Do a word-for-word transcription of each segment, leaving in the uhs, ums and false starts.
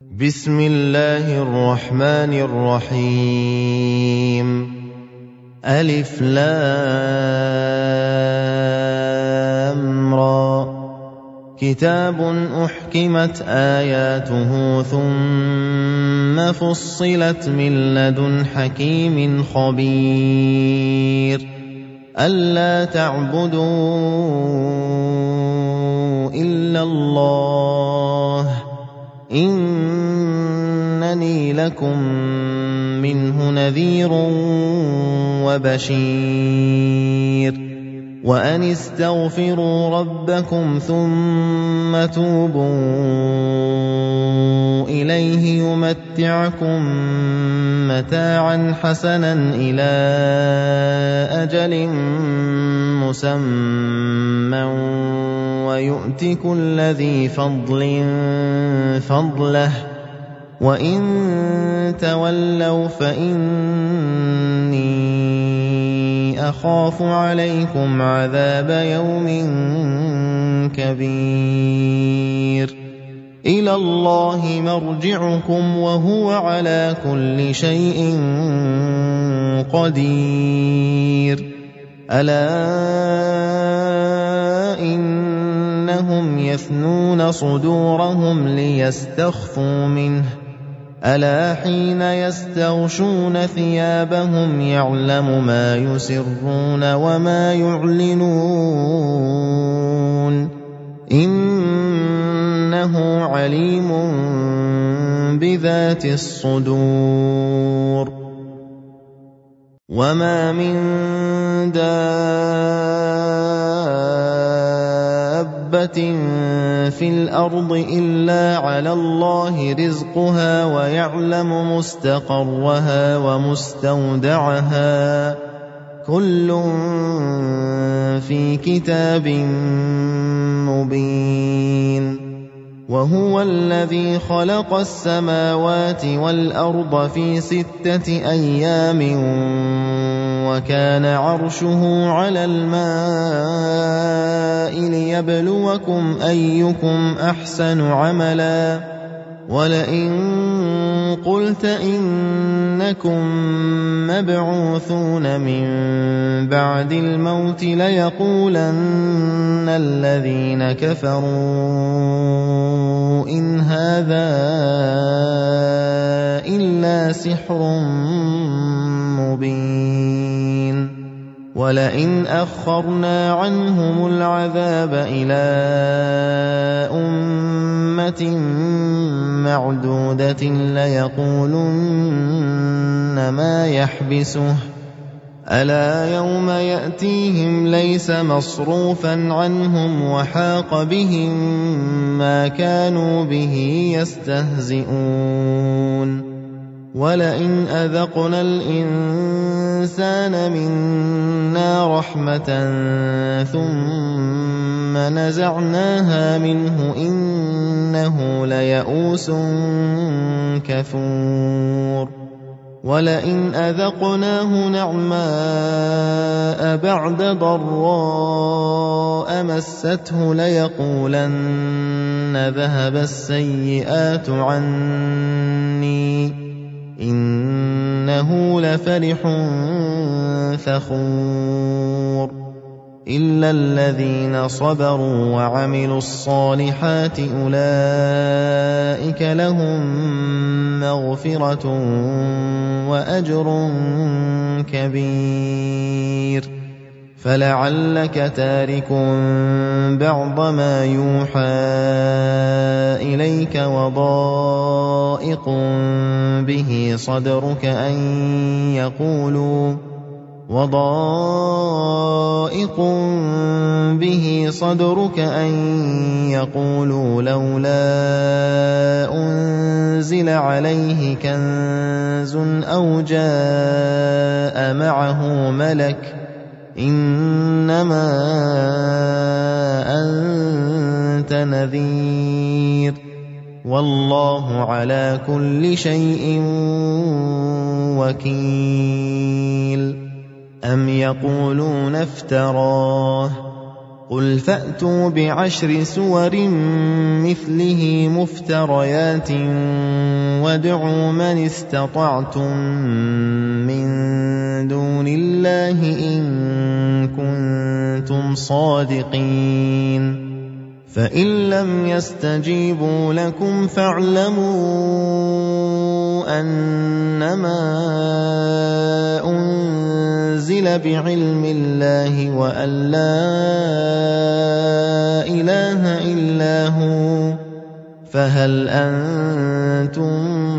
بسم الله الرحمن الرحيم ألف لام را كتاب أحكمت آياته ثم فصلت من لدن حكيم خبير ألا تعبدوا إلا الله إنني لكم منه نذير وبشير وأن استغفروا ربكم ثم توبوا إليه يمتعكم متاعا حسنا إلى أجل مسمى ويؤت كل ذي فضل فضله وإن تولوا فإني أخاف عليكم عذاب يوم كبير إلى الله مرجعكم وهو على كل شيء قدير ألا إنهم يثنون صدورهم ليستخفوا منه ألا حين يستغشون ثيابهم يعلم ما يسرون وما يعلنون إنه عليم بذات الصدور وما من دابة في الأرض إلا على الله رزقها ويعلم مستقرها ومستودعها كل في كتاب مبين وهو الذي خلق السماوات والأرض في ستة أيام وكان عرشه على الماء ليبلوكم أيكم أحسن عملا ولئن قلت إنكم مبعوثون من بعد الموت ليقولن الذين كفروا إن هذا إلا سحر مبين ولئن أخرنا عنهم العذاب إلى أمة معدودة ليقولن ما يحبسه ألا يوم يأتيهم ليس مصروفا عنهم وحاق بهم ما كانوا به يستهزئون ولئن أذقنا الإنسان منا رحمة ثم نزعناها منه إنه ليئوس كفور ولئن أذقناه نعماء بعد ضراء مسته ليقولن ذهب السيئات عني إنه لفرح فخور إلا الذين صبروا وعملوا الصالحات أولئك لهم مغفرة وأجر كبير فلعلك تارك بعض ما يوحى إليك وضائق به صدرك أن يقولوا وضائق به صدرك أن يقولوا لولا أنزل عليه كنز أو جاء معه ملك إنما أنت نذير والله على كل شيء وكيل أم يقولون افتراه قُلْ فَأْتُوا بِعَشْرِ سُوَرٍ مِثْلِهِ مُفْتَرَيَاتٍ وَادْعُوا مَنِ اسْتَطَعْتُم مِّن دُونِ اللَّهِ إِن كُنتُمْ صَادِقِينَ فَإِن لَّمْ يَسْتَجِيبُوا لَكُمْ فَاعْلَمُوا أَنَّمَا أُنزِلَ بِعِلْمِ اللَّهِ وَأَن لَّا إِلَٰهَ إِلَّا هُوَ فَهَلْ أَنتُم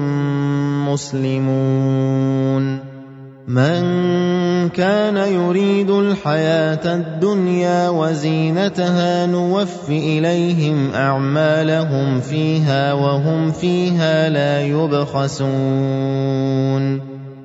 مُّسْلِمُونَ مَن كَانَ يُرِيدُ الْحَيَاةَ الدُّنْيَا وَزِينَتَهَا نُوَفِّ إِلَيْهِمْ أَعْمَالَهُمْ فِيهَا وَهُمْ فِيهَا لَا يُبْخَسُونَ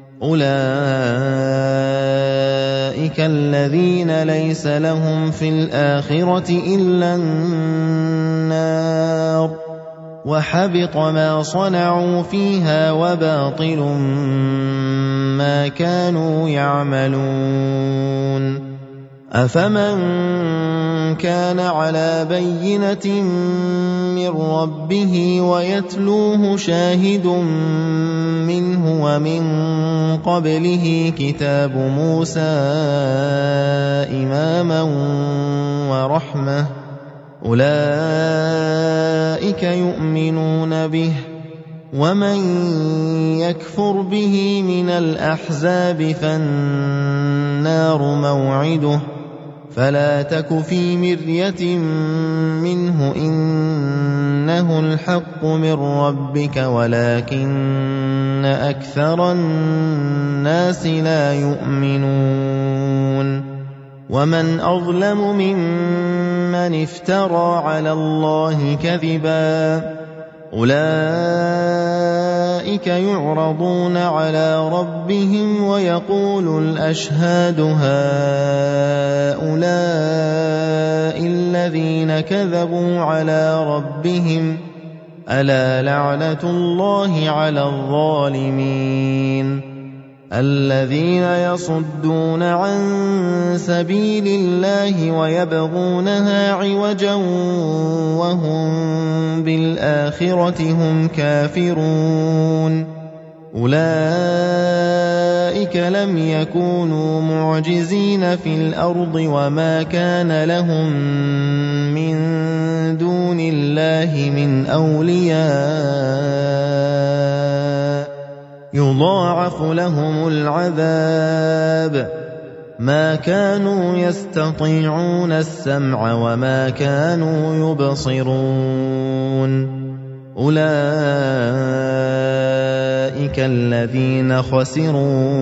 أُولَٰئِكَ الَّذِينَ لَيْسَ لَهُمْ فِي الْآخِرَةِ إِلَّا النَّارُ وَحَبِطَ مَا صَنَعُوا فِيهَا وَبَاطِلٌ مَا كَانُوا يَعْمَلُونَ أَفَمَن كَانَ عَلَىٰ بَيِّنَةٍ مِّن رَّبِّهِ وَيَتْلُوهُ شَاهِدٌ مِّنْهُ وَمِن قَبْلِهِ كِتَابُ مُوسَىٰ إِمَامًا وَرَحْمَةً أُولَٰئِكَ يُؤْمِنُونَ بِهِ وَمَن يَكْفُرْ بِهِ مِنَ الْأَحْزَابِ فَالنَّارُ مَوْعِدُهُ فَلَا تَكُ فِي مِرْيَةٍ مِّنْهُ إِنَّهُ الْحَقُّ مِن رَّبِّكَ وَلَٰكِنَّ أَكْثَرَ النَّاسِ لَا يُؤْمِنُونَ وَمَنْ أَظْلَمُ مِمَّنِ افْتَرَىٰ عَلَى اللَّهِ كَذِبًا أُولَٰئِكَ يُعْرَضُونَ عَلَىٰ رَبِّهِمْ وَيَقُولُ الْأَشْهَادُ هَٰؤُلَاءِ الَّذِينَ كَذَبُوا عَلَىٰ رَبِّهِمْ أَلَا لَعْنَةُ اللَّهِ عَلَى الظَّالِمِينَ الَّذِينَ يَصُدُّونَ عَن سَبِيلِ اللَّهِ وَيَبْغُونَهَا عِوَجًا وَهُم بِالْآخِرَةِ هُمْ كَافِرُونَ أُولَئِكَ لَمْ يَكُونُوا مُعْجِزِينَ فِي الْأَرْضِ وَمَا كَانَ لَهُم مِّن دُونِ اللَّهِ مِنْ أَوْلِيَاءَ يُضَاعَفُ لَهُمُ الْعَذَابُ مَا كَانُوا يَسْتَطِيعُونَ السَّمْعَ وَمَا كَانُوا يُبْصِرُونَ أُولَئِكَ الَّذِينَ خَسِرُوا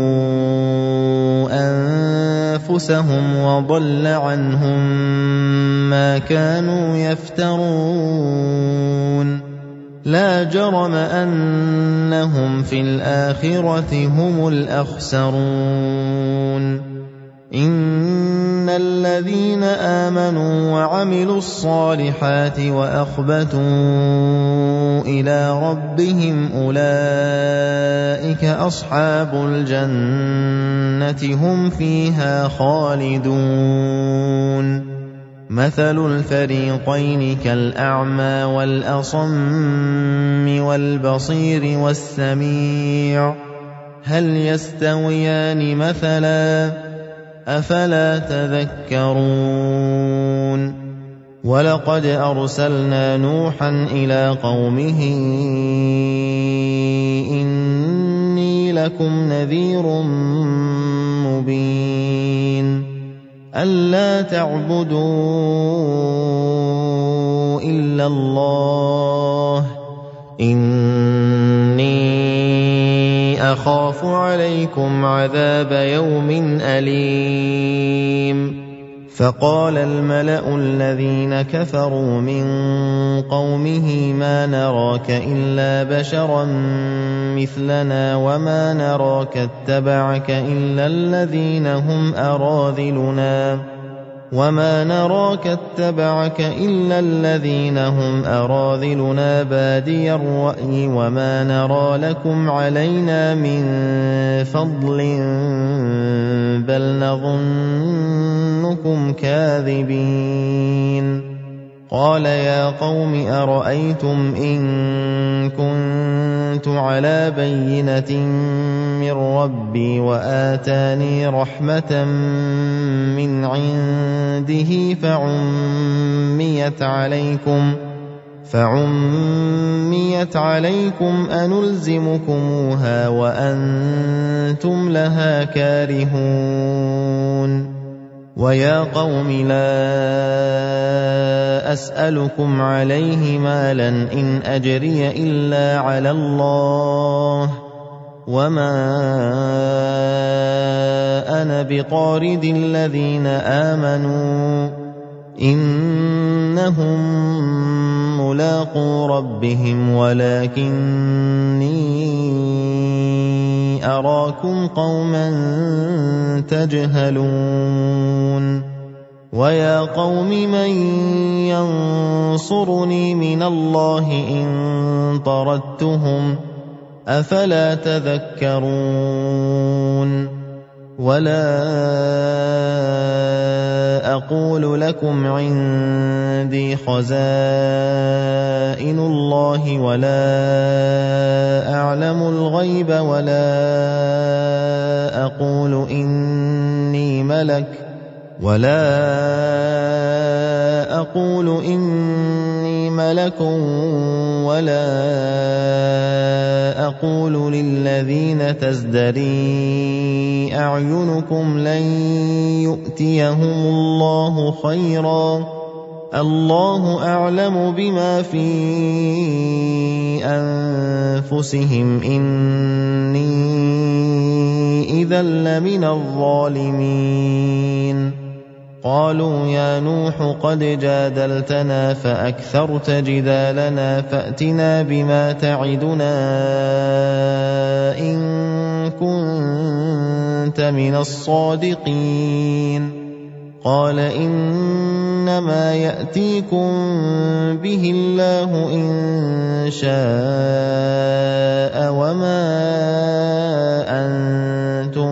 أَنفُسَهُمْ وَضَلَّ عَنْهُم مَّا كَانُوا يَفْتَرُونَ لَا جَرَمَ أَنَّهُمْ فِي الْآخِرَةِ هُمُ الْأَخْسَرُونَ إِنَّ الَّذِينَ آمَنُوا وَعَمِلُوا الصَّالِحَاتِ وَأَخْبَتُوا إِلَىٰ رَبِّهِمْ أُولَٰئِكَ أَصْحَابُ الْجَنَّةِ هُمْ فِيهَا خَالِدُونَ مَثَلُ الْفَرِيقَيْنِ كَالْأَعْمَىٰ وَالْأَصَمِّ وَالْبَصِيرِ وَالسَّمِيعِ هَلْ يَسْتَوِيَانِ مَثَلًا أَفَلَا تَذَكَّرُونَ وَلَقَدْ أَرْسَلْنَا نُوحًا إِلَىٰ قَوْمِهِ إِنِّي لَكُمْ نَذِيرٌ مُّبِينٌ أَلَّا تَعْبُدُوا إِلَّا اللَّهَ إِنِّي أَخَافُ عَلَيْكُمْ عَذَابَ يَوْمٍ أَلِيمٍ فَقَالَ الْمَلَأُ الَّذِينَ كَفَرُوا مِن قَوْمِهِ مَا نَرَاكَ إِلَّا بَشَرًا مِثْلَنَا وَمَا نَرَاكَ اتَّبَعَكَ إِلَّا الَّذِينَ هُمْ أَرَاذِلُنَا وما نراك اتبعك إلا الذين هم أراذلنا بادي الرأي وما نرى لكم علينا من فضل بل نظنكم كاذبين قال يا قوم أرأيتم إن كنت على بينة من ربي وآتاني رحمة من عنده فعميت عليكم فعميت عليكم أنلزمكموها وأنتم لها كارهون ويا قوم لا أسألكم عليه مالا إن أجري إلا على الله وما أنا بطارد الذين آمنوا إنهم ملاقو ربهم ولكني أراكم قوما تجهلون ويا قوم من ينصرني من الله إن طردتهم أفلا تذكرون ولا أقول لكم عندي خزائن الله ولا أعلم الغيب ولا أقول إني ملك ولا أقول إني ملك ولا أقول للذين تزدري أعينكم لن يؤتيهم الله خيرا الله أعلم بما في أنفسهم إني إذا لمن الظالمين قالوا يا نوح قد جادلتنا فأكثرت جدالنا فأتنا بما تعدنا إن كنت من الصادقين قال إنما يأتيكم به الله إن شاء وما أنتم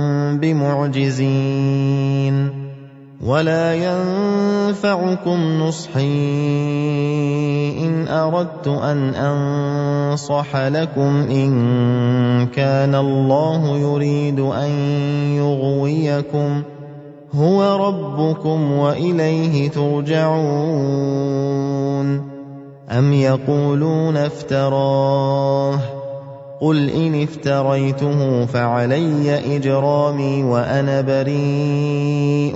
بمعجزين ولا ينفعكم نصحي إن أردت أن أنصح لكم إن كان الله يريد أن يغويكم هو ربكم وإليه ترجعون أم يقولون افتراه قل إن افتريته فعلي إجرامي وأنا بريء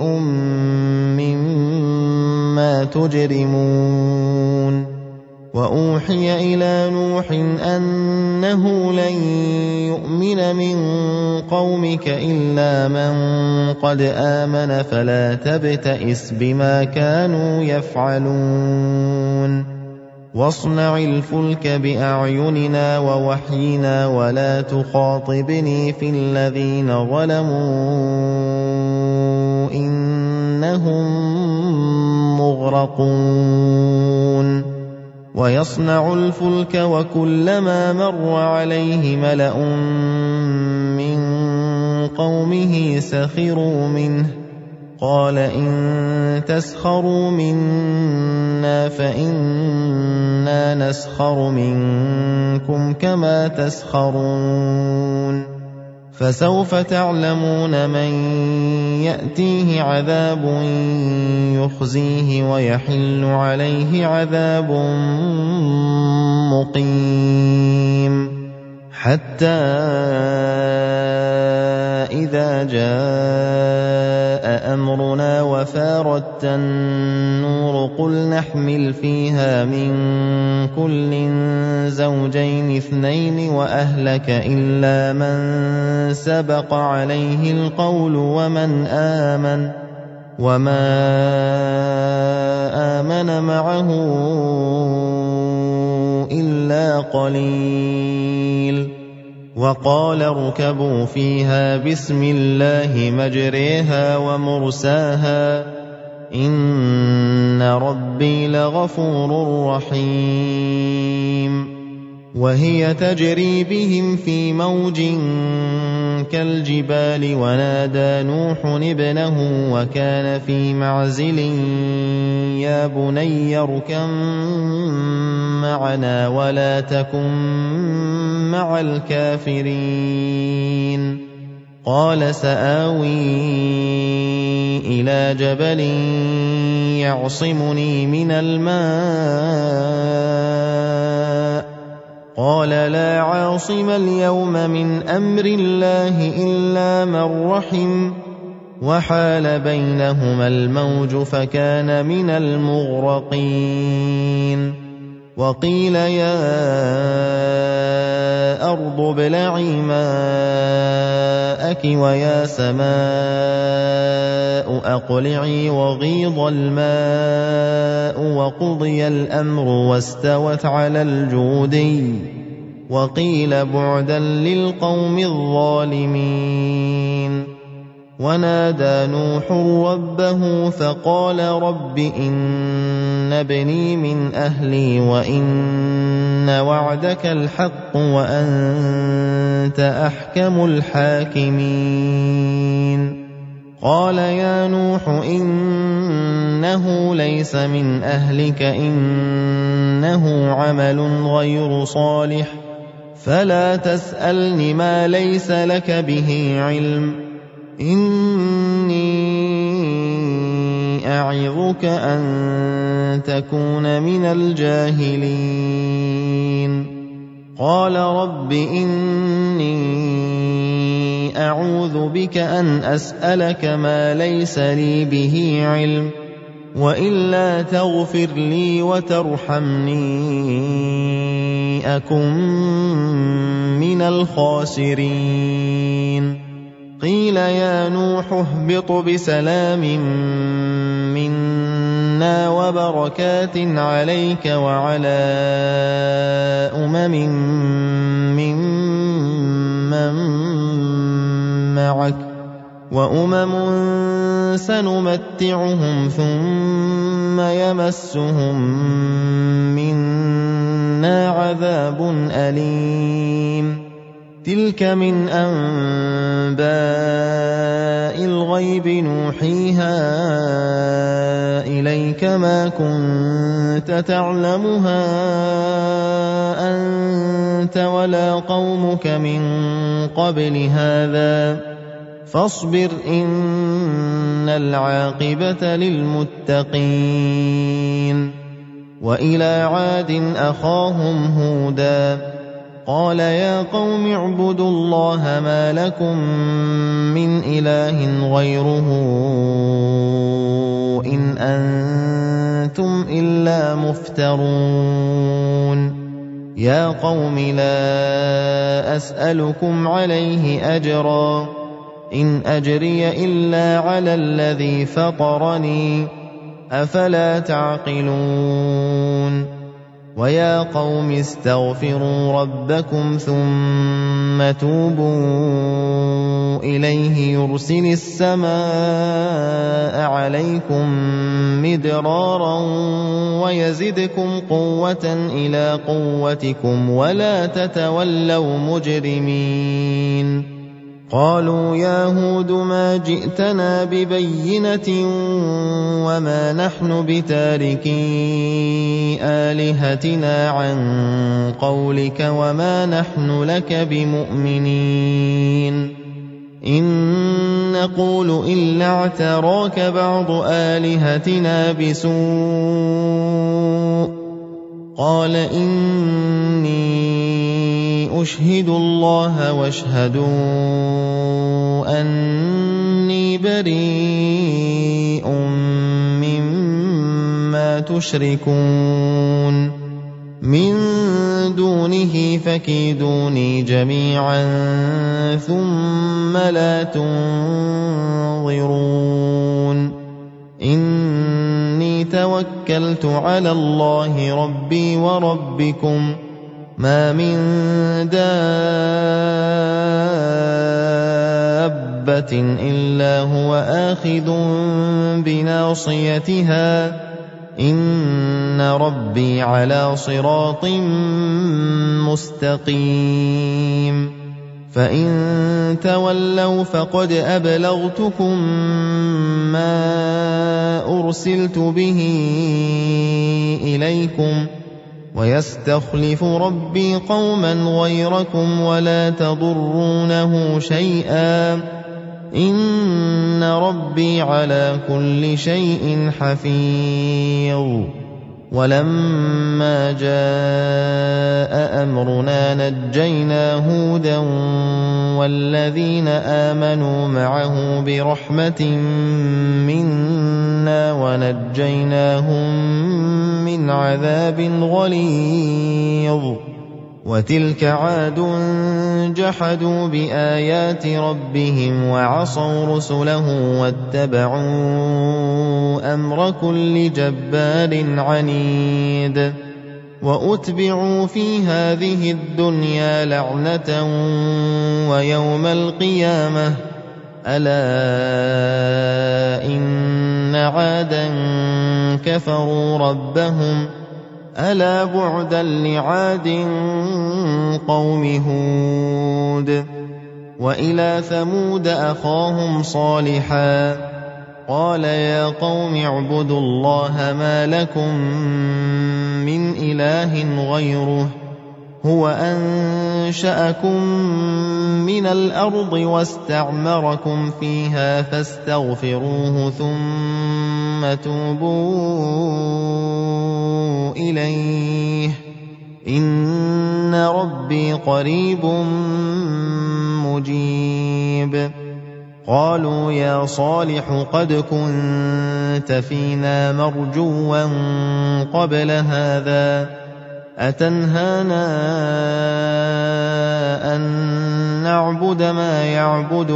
مما تجرمون وأوحي إلى نوح أنه لن يؤمن من قومك إلا من قد آمن فلا تبتئس بما كانوا يفعلون واصنع الفلك بأعيننا ووحينا ولا تخاطبني في الذين ظلموا إنهم مغرقون ويصنع الفلك وكلما مر عليه ملأ من قومه سخروا منه قال إن تسخروا منا فإنا نسخر منكم كما تسخرون فسوف تعلمون من يأتيه عذاب يخزيه ويحل عليه عذاب مقيم حتى إذا جاء أمرنا وفارت النور قل نحمل فيها من كل زوجين اثنين وأهلك إلا من سبق عليه القول ومن آمن وما آمن معه إلا قليل وقال اركبوا فيها بسم الله مجريها ومرساها إِنَّ رَبِّي لَغَفُورٌ رَّحِيمٌ وَهِيَ تَجْرِي بِهِمْ فِي مَوْجٍ كَالْجِبَالِ وَنَادَىٰ نُوحٌ ابْنَهُ وَكَانَ فِي مَعْزِلٍ يَا بُنَيَّ ارْكَب مَّعَنَا وَلَا تَكُن مَّعَ الْكَافِرِينَ قَالَ سَآوِي إِلَىٰ جَبَلٍ يَعْصِمُنِي مِنَ الْمَاءِ قَالَ لَا عَاصِمَ الْيَوْمَ مِنْ أَمْرِ اللَّهِ إِلَّا مَن رَّحِمَ وَحَالَ بَيْنَهُمَا الْمَوْجُ فَكَانَ مِنَ الْمُغْرَقِينَ وَقِيلَ يَا أَرْضُ ابْلَعِي مَاءَكِ وَيَا سَمَاءُ أَقْلِعِي وَغِيضَ الْمَاءُ وَقُضِيَ الْأَمْرُ وَاسْتَوَتْ عَلَى الْجُودِيِّ وَقِيلَ بُعْدًا لِلْقَوْمِ الظَّالِمِينَ وَنَادَىٰ نُوحٌ رَّبَّهُ فَقَالَ رَبِّ إِنَّ ابْنِي مِنْ أَهْلِي وَإِنَّ وَعْدَكَ الْحَقُّ وَأَنتَ أَحْكَمُ الْحَاكِمِينَ قَالَ يَا نُوحُ إِنَّهُ لَيْسَ مِنْ أَهْلِكَ إِنَّهُ عَمَلٌ غَيْرُ صَالِحٍ فَلَا تَسْأَلْنِ مَا لَيْسَ لَكَ بِهِ عِلْمٌ إِنِّي أَعِظُكَ أَن تَكُونَ مِنَ الْجَاهِلِينَ قَالَ رَبِّ إِنِّي أَعُوذُ بِكَ أَنْ أَسْأَلَكَ مَا لَيْسَ لِي بِهِ عِلْمٌ وَإِلَّا تَغْفِرْ لِي وَتَرْحَمْنِي أَكُن مِّنَ الْخَاسِرِينَ قِيلَ يَا نُوحُ اهْبِطْ بِسَلَامٍ مِّنَّا وَبَرَكَاتٍ عَلَيْكَ وَعَلَىٰ أُمَمٍ مِّمَّن مَّعَكَ وَأُمَمٌ سَنُمَتِّعُهُمْ ثُمَّ يَمَسُّهُم مِّنَّا عَذَابٌ أَلِيمٌ تِلْكَ مِنْ أَنبَاءِ الْغَيْبِ نُوحِيهَا إِلَيْكَ مَا كُنتَ تَعْلَمُهَا أَنتَ وَلَا قَوْمُكَ مِنْ قَبْلِ هَٰذَا فَاصْبِرْ إِنَّ الْعَاقِبَةَ لِلْمُتَّقِينَ وَإِلَىٰ عَادٍ أَخَاهُمْ هُودًا قَالَ يَا قَوْمِ اعْبُدُوا اللَّهَ مَا لَكُم مِّنْ إِلَٰهٍ غَيْرُهُ إِنْ أَنتُمْ إِلَّا مُفْتَرُونَ يَا قَوْمِ لَا أَسْأَلُكُمْ عَلَيْهِ أَجْرًا إِنْ أَجْرِيَ إِلَّا عَلَى الَّذِي فَطَرَنِي أَفَلَا تَعْقِلُونَ وَيَا قَوْمِ اسْتَغْفِرُوا رَبَّكُمْ ثُمَّ تُوبُوا إِلَيْهِ يُرْسِلِ السَّمَاءَ عَلَيْكُم مِّدْرَارًا وَيَزِدْكُمْ قُوَّةً إِلَىٰ قُوَّتِكُمْ وَلَا تَتَوَلَّوْا مُجْرِمِينَ قَالُوا يَا هُودُ مَا جِئْتَنَا بِبَيِّنَةٍ وَمَا نَحْنُ بِتَارِكِي آلِهَتِنَا عَن قَوْلِكَ وَمَا نَحْنُ لَكَ بِمُؤْمِنِينَ إِن نَّقُولُ إِلَّا اعْتَرَاكَ بَعْضُ آلِهَتِنَا بِسُوءٍ قَالَ إِنِّي أُشْهِدُ اللَّهَ وَاشْهَدُوا أَنِّي بَرِيءٌ مِّمَّا تُشْرِكُونَ مِن دُونِهِ فَكِيدُونِي جَمِيعًا ثُمَّ لَا تُنظِرُونِ إِنِّي تَوَكَّلْتُ عَلَى اللَّهِ رَبِّي وَرَبِّكُم مَا مِن دَابَّةٍ دَابَّةٍ إِلَّا هُوَ آخِذٌ بِنَاصِيَتِهَا إِنَّ رَبِّي عَلَى صِرَاطٍ مُسْتَقِيمٍ فَإِن تَوَلَّوْا فَقَدْ أَبْلَغْتُكُم مَّا أُرْسِلْتُ بِهِ إِلَيْكُمْ وَيَسْتَخْلِفُ رَبِّي قَوْمًا غَيْرَكُمْ وَلَا تَضُرُّونَهُ شَيْئًا إِنَّ رَبِّي عَلَى كُلِّ شَيْءٍ حَفِيظٌ وَلَمَّا جَاءَ أَمْرُنَا نَجَّيْنَا هُودًا وَالَّذِينَ آمَنُوا مَعَهُ بِرَحْمَةٍ مِنَّا وَنَجَّيْنَاهُم مِّنْ عَذَابٍ غَلِيظٍ وَتِلْكَ عَادٌ جَحَدُوا بِآيَاتِ رَبِّهِمْ وَعَصَوْا رُسُلَهُ وَاتَّبَعُوا أَمْرَ كُلِّ جَبَّارٍ عَنِيدٍ وَأُتْبِعُوا فِي هَٰذِهِ الدُّنْيَا لَعْنَةً وَيَوْمَ الْقِيَامَةِ أَلَا إِنَّ عَادًا كَفَرُوا رَبَّهُمْ أَلَا بُعْدًا لِّعَادٍ قَوْمِ هُودٍ وَإِلَىٰ ثَمُودَ أَخَاهُمْ صَالِحًا قَالَ يَا قَوْمِ اعْبُدُوا اللَّهَ مَا لَكُم مِّنْ إِلَٰهٍ غَيْرُهُ هُوَ أَنشَأَكُم مِّنَ الْأَرْضِ وَاسْتَعْمَرَكُمْ فِيهَا فَاسْتَغْفِرُوهُ ثُمَّ تُوبُوا إِلَيْهِ إِنَّ رَبِّي قَرِيبٌ مُّجِيبٌ قَالُوا يَا صَالِحُ قَدْ كُنتَ فِينَا مَرْجُوًّا قَبْلَ هَٰذَا أَتَنْهَانَا أَن نَّعْبُدَ مَا يَعْبُدُ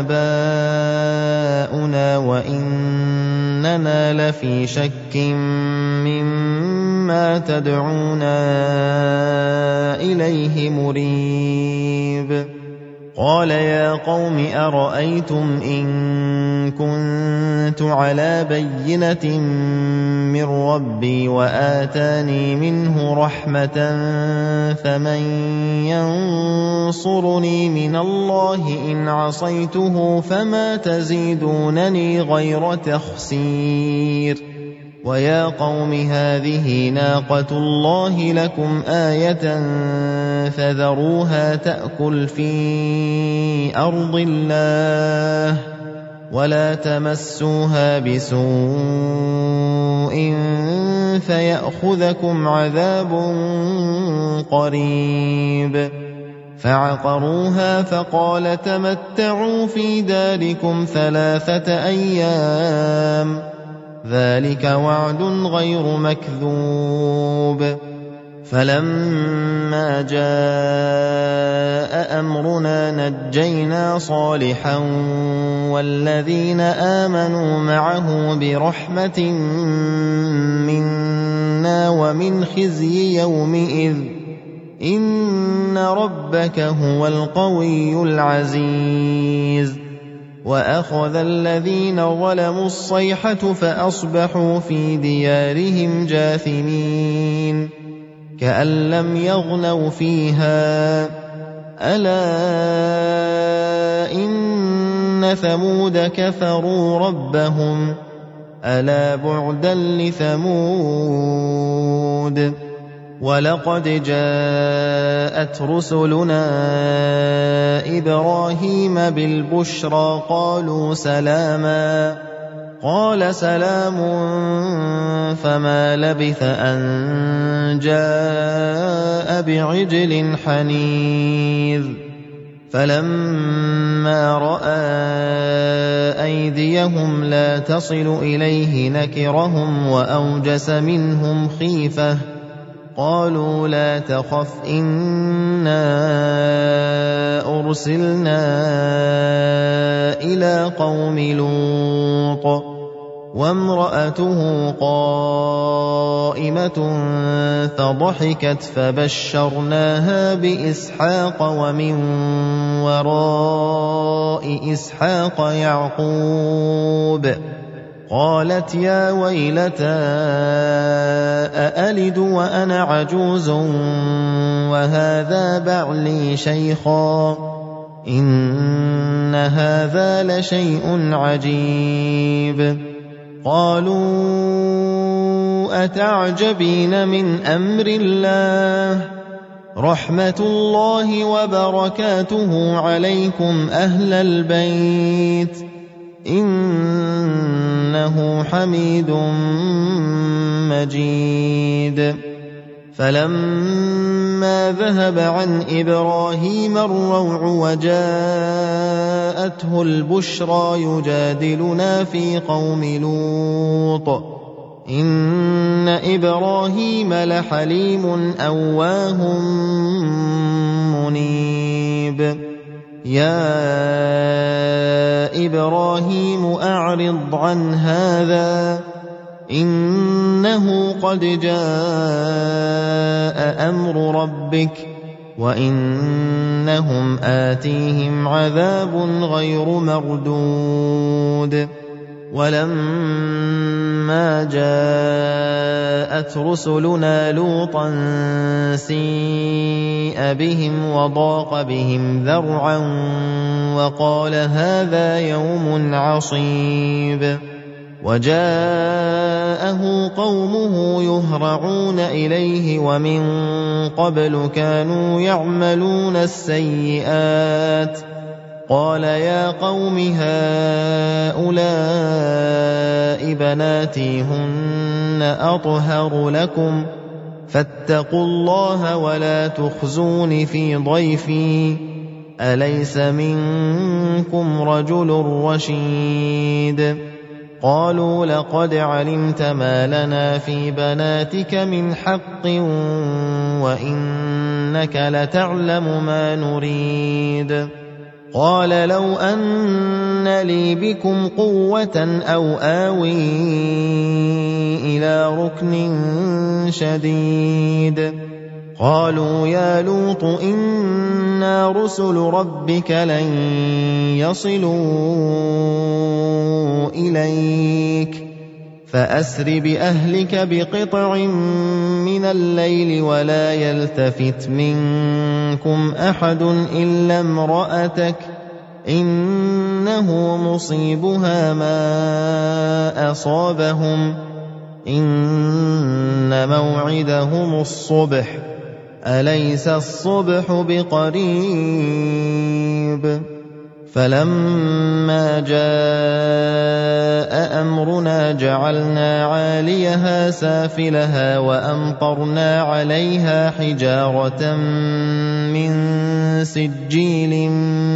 آبَاؤُنَا وَإِنَّنَا لَفِي شَكٍّ مِّمَّا تَدْعُونَا إِلَيْهِ مُرِيبٍ قَالَ يَا قَوْمِ أَرَأَيْتُمْ إِن كُنتُ عَلَىٰ بَيِّنَةٍ مِّن رَّبِّي وَآتَانِي مِنْهُ رَحْمَةً فَمَن يَنصُرُنِي مِنَ اللَّهِ إِنْ عَصَيْتُهُ فَمَا تَزِيدُونَنِي غَيْرَ تَخْسِيرٍ وَيَا قَوْمِ هَٰذِهِ نَاقَةُ اللَّهِ لَكُمْ آيَةً فَذَرُوهَا تَأْكُلْ فِي أَرْضِ اللَّهِ وَلَا تَمَسُّوهَا بِسُوءٍ فَيَأْخُذَكُمْ عَذَابٌ قَرِيبٌ فَعَقَرُوهَا فَقَالَ تَمَتَّعُوا فِي دَارِكُمْ ثَلَاثَةَ أَيَّامٍ ذَلِكَ وَعْدٌ غَيْرُ مَكْذُوبٍ فَلَمَّا جَاءَ أَمْرُنَا نَجَّيْنَا صَالِحًا وَالَّذِينَ آمَنُوا مَعَهُ بِرَحْمَةٍ مِّنَّا وَمِنْ خِزْيِ يَوْمِئِذٍ إِنَّ رَبَّكَ هُوَ الْقَوِيُّ الْعَزِيزُ وَأَخَذَ الَّذِينَ ظَلَمُوا الصَّيْحَةُ فَأَصْبَحُوا فِي دِيَارِهِمْ جَاثِمِينَ كَأَن لَّمْ يَغْنَوْا فِيهَا أَلَا إِنَّ ثَمُودَ كَفَرُوا رَبَّهُمْ أَلَا بُعْدًا لِّثَمُودَ وَلَقَدْ جَاءَتْ رُسُلُنَا إِبْرَاهِيمَ بِالْبُشْرَىٰ قَالُوا سَلَامًا قَالَ سَلَامٌ فَمَا لَبِثَ أَن جَاءَ بِعِجْلٍ حَنِيذٍ فَلَمَّا رَأَىٰ أَيْدِيَهُمْ لَا تَصِلُ إِلَيْهِ نَكِرَهُمْ وَأَوْجَسَ مِنْهُمْ خِيفَةً قَالُوا لَا تَخَفْ إِنَّا أُرْسِلْنَا إِلَىٰ قَوْمِ لُوطٍ وامرأته قائمة فضحكت فبشرناها بإسحاق ومن وراء إسحاق يعقوب قالت يا ويلتى أألد وأنا عجوز وهذا بعلي شيخا إن هذا لشيء عجيب قالوا أتعجبين من أمر الله رحمة الله وبركاته عليكم أهل البيت إنه حميد مجيد فلما ذهب عن إبراهيم الروع وجاءته البشرى يجادلنا في قوم لوط إن إبراهيم لحليم أواه منيب يا إبراهيم أعرض عن هذا إنه قد جاء أمر ربك وإنهم آتيهم عذاب غير مردود ولما جاءت رسلنا لوطا سيء بهم وضاق بهم ذرعا وقال هذا يوم عصيب وجاءه قومه يهرعون إليه ومن قبل كانوا يعملون السيئات قال يا قوم هؤلاء بناتي هن أطهر لكم فاتقوا الله ولا تخزون في ضيفي أليس منكم رجل رشيد قالوا لقد علمت ما لنا في بناتك من حق وإنك لتعلم ما نريد قال لو أن لي بكم قوة أو آوي إلى ركن شديد قالوا يا لوط إنا رسل ربك لن يصلوا إليك فأسر بأهلك بقطع من الليل ولا يلتفت منكم أحد إلا امرأتك إنه مصيبها ما أصابهم إن موعدهم الصبح أليس الصبح بقريب فلما جاء أمرنا جعلنا عاليها سافلها وأمطرنا عليها حجارة من سجيل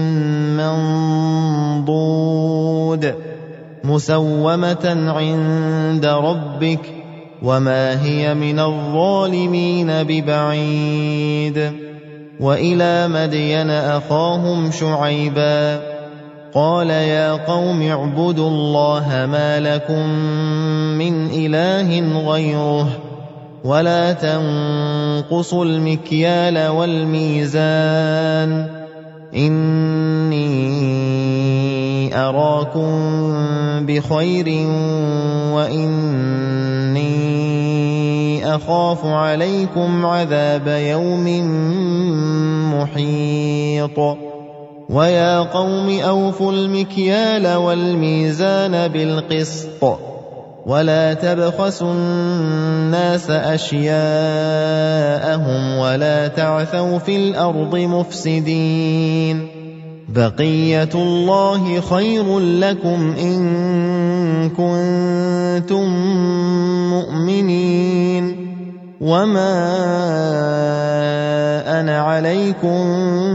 منضود مسومة عند ربك وما هي من الظالمين ببعيد وإلى مدين أخاهم شعيبا قال يا قوم اعبدوا الله ما لكم من إله غيره ولا تنقصوا المكيال والميزان إني أراكم بخير وإني أخاف عليكم عذاب يوم محيط ويا قوم أوفوا المكيال والميزان بالقسط ولا تبخسوا الناس أشياءهم ولا تعثوا في الأرض مفسدين بقية الله خير لكم إن كنتم مؤمنين وما أنا عليكم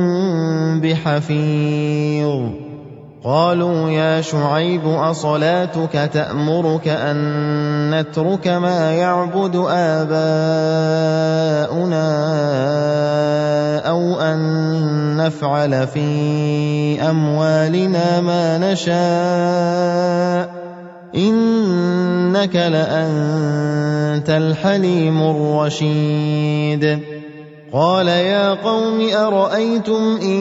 بحفيظ قالوا يا شعيب أصلاتك تأمرك أن نترك ما يعبد آباؤنا أو أن نفعل في أموالنا ما نشاء إِنَّكَ لَأَنتَ الْحَلِيمُ الرَّشِيدُ قَالَ يَا قَوْمِ أَرَأَيْتُمْ إِن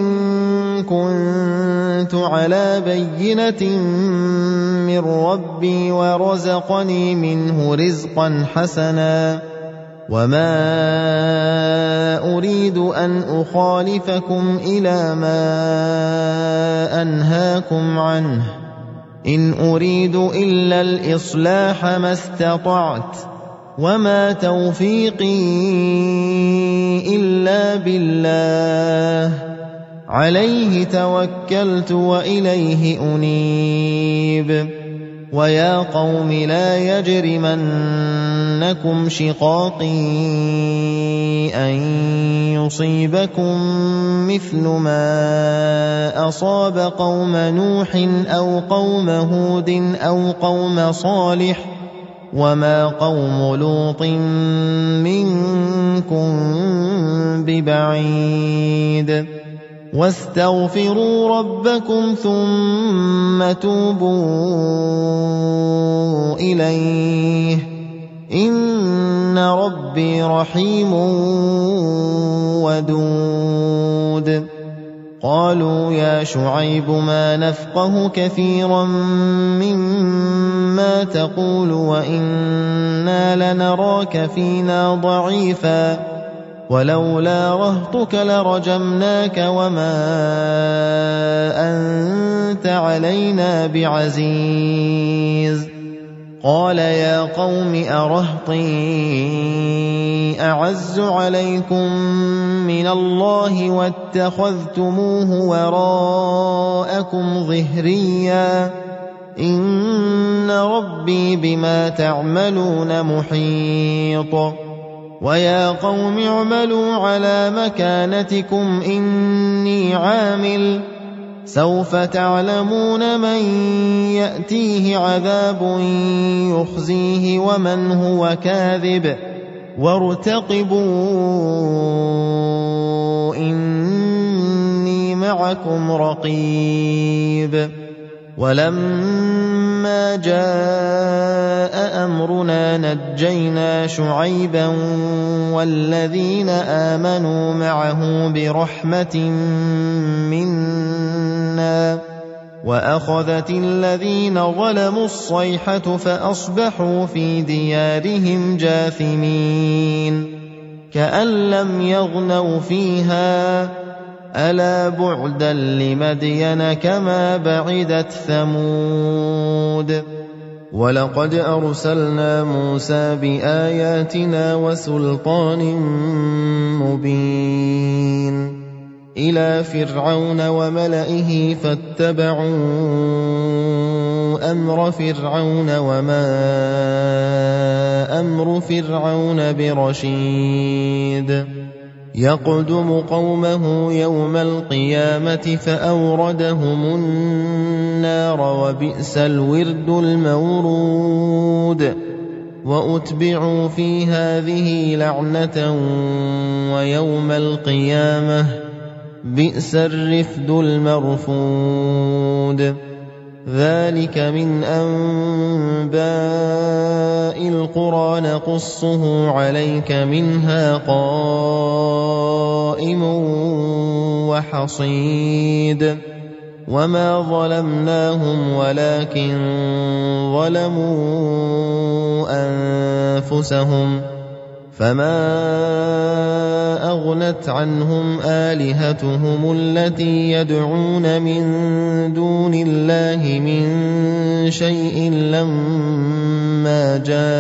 كُنتُ عَلَىٰ بَيِّنَةٍ مِّن رَّبِّي وَرَزَقَنِي مِنْهُ رِزْقًا حَسَنًا وَمَا أُرِيدُ أَنْ أُخَالِفَكُمْ إِلَىٰ مَا أَنْهَاكُمْ عَنْهُ إِنْ أُرِيدُ إِلَّا الْإِصْلَاحَ مَا اسْتَطَعْتُ وَمَا تَوْفِيقِي إِلَّا بِاللَّهِ عَلَيْهِ تَوَكَّلْتُ وَإِلَيْهِ أُنِيبُ وَيَا قَوْمِ لَا يَجْرِمَنَّكُمْ شِقَاقِي أَن يُصِيبَكُم مِّثْلُ مَا أَصَابَ قَوْمَ نُوحٍ أَوْ قَوْمَ هُودٍ أَوْ قَوْمَ صَالِحٍ وَمَا قَوْمُ لُوطٍ مِّنكُم بِبَعِيدٍ وَاسْتَغْفِرُوا رَبَّكُمْ ثُمَّ تُوبُوا إِلَيْهِ إِنَّ رَبِّي رَحِيمٌ وَدُودٌ قَالُوا يَا شُعَيْبُ مَا نَفْقَهُ كَثِيرًا مِّمَّا تَقُولُ وَإِنَّا لَنَرَاكَ فِينَا ضَعِيفًا وَلَوْلَا رَهْطُكَ لَرَجَمْنَاكَ وَمَا أَنتَ عَلَيْنَا بِعَزِيزٍ قَالَ يَا قَوْمِ أَرَهْطِي أَعَزُّ عَلَيْكُم مِّنَ اللَّهِ وَاتَّخَذْتُمُوهُ وَرَاءَكُمْ ظِهْرِيًّا إِنَّ رَبِّي بِمَا تَعْمَلُونَ مُحِيطٌ وَيَا قَوْمِ اعْمَلُوا عَلَىٰ مَكَانَتِكُمْ إِنِّي عَامِلٌ سَوْفَ تَعْلَمُونَ مَن يَأْتِيهِ عَذَابٌ يُخْزِيهِ وَمَنْ هُوَ كَاذِبٌ وَارْتَقِبُوا إِنِّي مَعَكُمْ رَقِيبٌ وَلَمَّا جَاءَ أَمْرُنَا نَجَّيْنَا شُعَيْبًا وَالَّذِينَ آمَنُوا مَعَهُ بِرَحْمَةٍ مِّنَّا وَأَخَذَتِ الَّذِينَ ظَلَمُوا الصَّيْحَةُ فَأَصْبَحُوا فِي دِيَارِهِمْ جَاثِمِينَ كَأَن لَّمْ يَغْنَوْا فِيهَا أَلَا بُعْدًا لِّمَدْيَنَ كَمَا بَعِدَتْ ثَمُودُ وَلَقَدْ أَرْسَلْنَا مُوسَىٰ بِآيَاتِنَا وَسُلْطَانٍ مُّبِينٍ إِلَىٰ فِرْعَوْنَ وَمَلَئِهِ فَاتَّبَعُوا أَمْرَ فِرْعَوْنَ وَمَا أَمْرُ فِرْعَوْنَ بِرَشِيدٍ يَقْدُمُ قَوْمَهُ يَوْمَ الْقِيَامَةِ فَأَوْرَدَهُمُ النَّارَ وَبِئْسَ الْوِرْدُ الْمَوْرُودُ وَأُتْبِعُوا فِي هَٰذِهِ لَعْنَةً وَيَوْمَ الْقِيَامَةِ بِئْسَ الرِّفْدُ الْمَرْفُودُ ذَلِكَ مِنْ أَنبَاءِ الْقُرَىٰ نَقُصُّهُ عَلَيْكَ مِنْهَا قَائِمٌ وَحَصِيدٌ وَمَا ظَلَمْنَاهُمْ وَلَٰكِن ظَلَمُوا أَنفُسَهُمْ فَمَا أَغْنَتْ عَنْهُمْ آلِهَتُهُمُ الَّتِي يَدْعُونَ مِن دُونِ اللَّهِ مِن شَيْءٍ لَّمَّا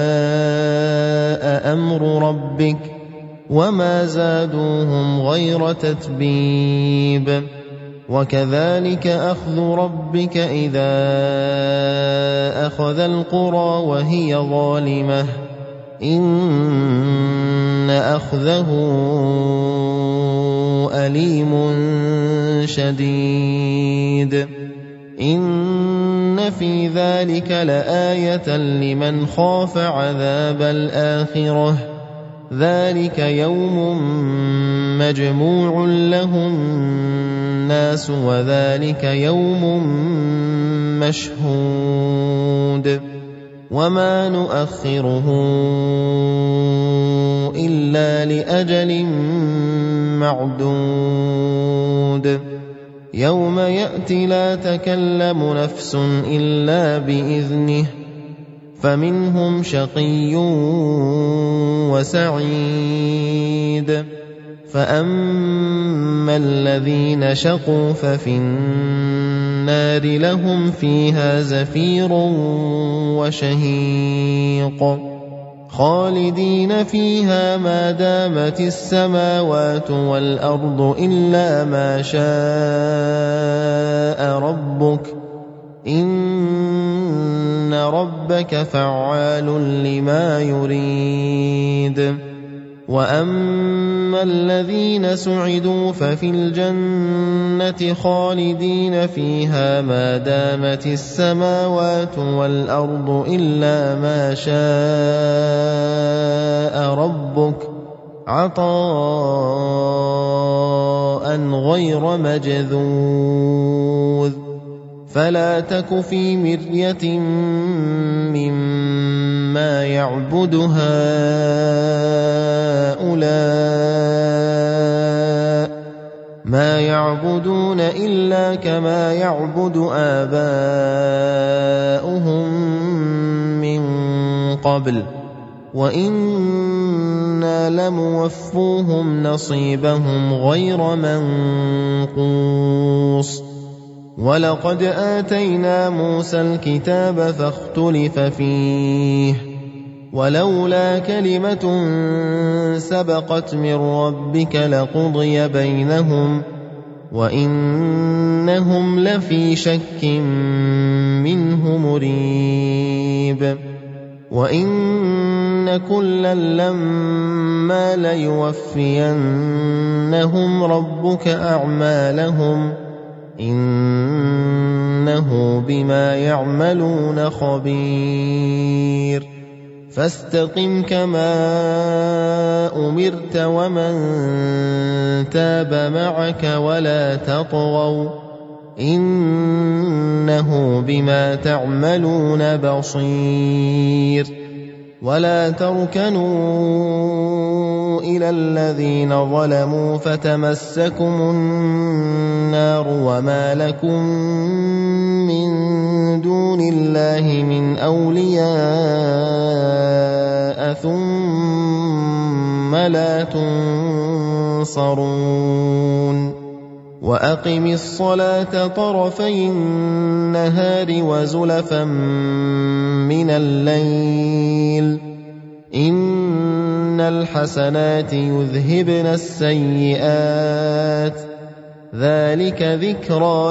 جَاءَ أَمْرُ رَبِّكَ وَمَا زَادُوهُمْ غَيْرَ تَتْبِيبٍ وَكَذَٰلِكَ أَخْذُ رَبِّكَ إِذَا أَخَذَ الْقُرَىٰ وَهِيَ ظَالِمَةٌ إِنَّ أَخْذَهُ أَلِيمٌ شَدِيدٌ إِنَّ فِي ذَلِكَ لَآيَةً لِمَنْ خَافَ عَذَابَ الْآخِرَةِ ذَلِكَ يَوْمٌ مَّجْمُوعٌ لَّهُ النَّاسُ وَذَلِكَ يَوْمٌ مَّشْهُودٌ وما نؤخره إلا لأجل معدود يوم يأتي لا تكلم نفس إلا بإذنه فمنهم شقي وسعيد فأما الذين شقوا ففي النار لهم فيها زفير وشهيق خالدين فيها ما دامت السماوات والأرض إلا ما شاء ربك إن ربك فعال لما يريد وأما الذين سعدوا ففي الجنة خالدين فيها ما دامت السماوات والأرض إلا ما شاء ربك عطاء غير مجذوذ فلا تك في مرية مما يعبد هؤلاء ما يعبدون إلا كما يعبد آباؤهم من قبل وإنا لموفوهم نصيبهم غير منقوص ولقد آتينا موسى الكتاب فاختلف فيه ولولا كلمة سبقت من ربك لقضي بينهم وإنهم لفي شك منه مريب وإن كلا لما ليوفينهم ربك أعمالهم إنه بما يعملون خبير فاستقم كما أمرت ومن تاب معك ولا تطغوا إنه بما تعملون بصير ولا تركنوا إلى الذين ظلموا فتمسكم النار وما لكم من دون الله من أولياء ثم لا تنصرون وأقم الصلاة طرفي النهار وزلفا من الليل إن الحسنات يذهبن السيئات ذلك ذكرى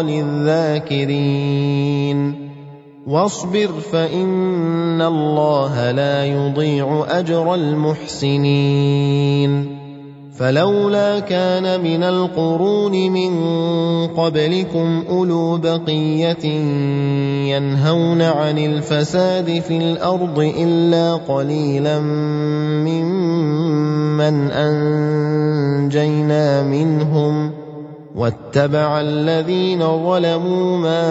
للذاكرين واصبر فإن الله لا يضيع أجر المحسنين فلولا كان من القرون من قبلكم أولو بقية ينهون عن الفساد في الأرض إلا قليلا ممن أنجينا منهم واتبع الذين ظلموا ما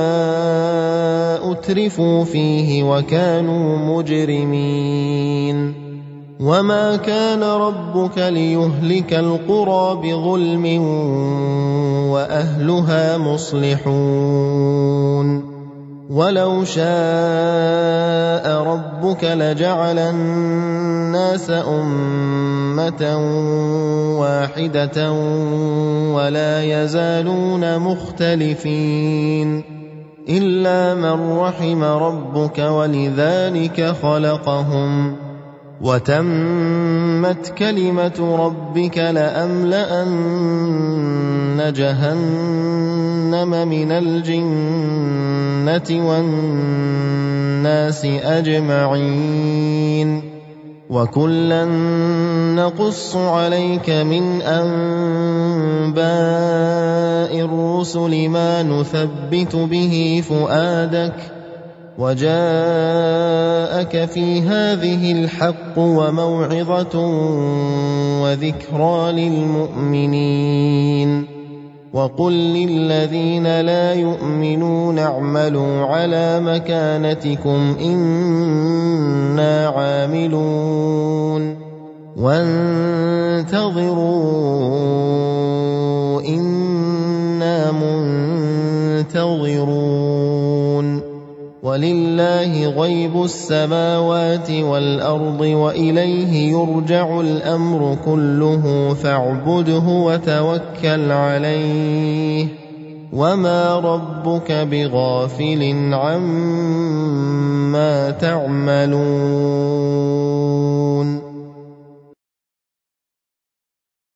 أترفوا فيه وكانوا مجرمين وما كان ربك ليهلك القرى بظلم وأهلها مصلحون ولو شاء ربك لجعل الناس أمة واحدة ولا يزالون مختلفين إلا من رحم ربك ولذلك خلقهم وتمت كلمة ربك لأملأن جهنم من الجنة والناس أجمعين وكلا نقص عليك من أنباء الرسل ما نثبت به فؤادك وجاءك في هذه الحق وموعظة وذكرى للمؤمنين وقل للذين لا يؤمنون اعملوا على مكانتكم إنا عاملون وانتظروا إنا منتظرون ولله غيب السماوات والأرض وإليه يرجع الأمر كله فاعبده وتوكل عليه وما ربك بغافل عما تعملون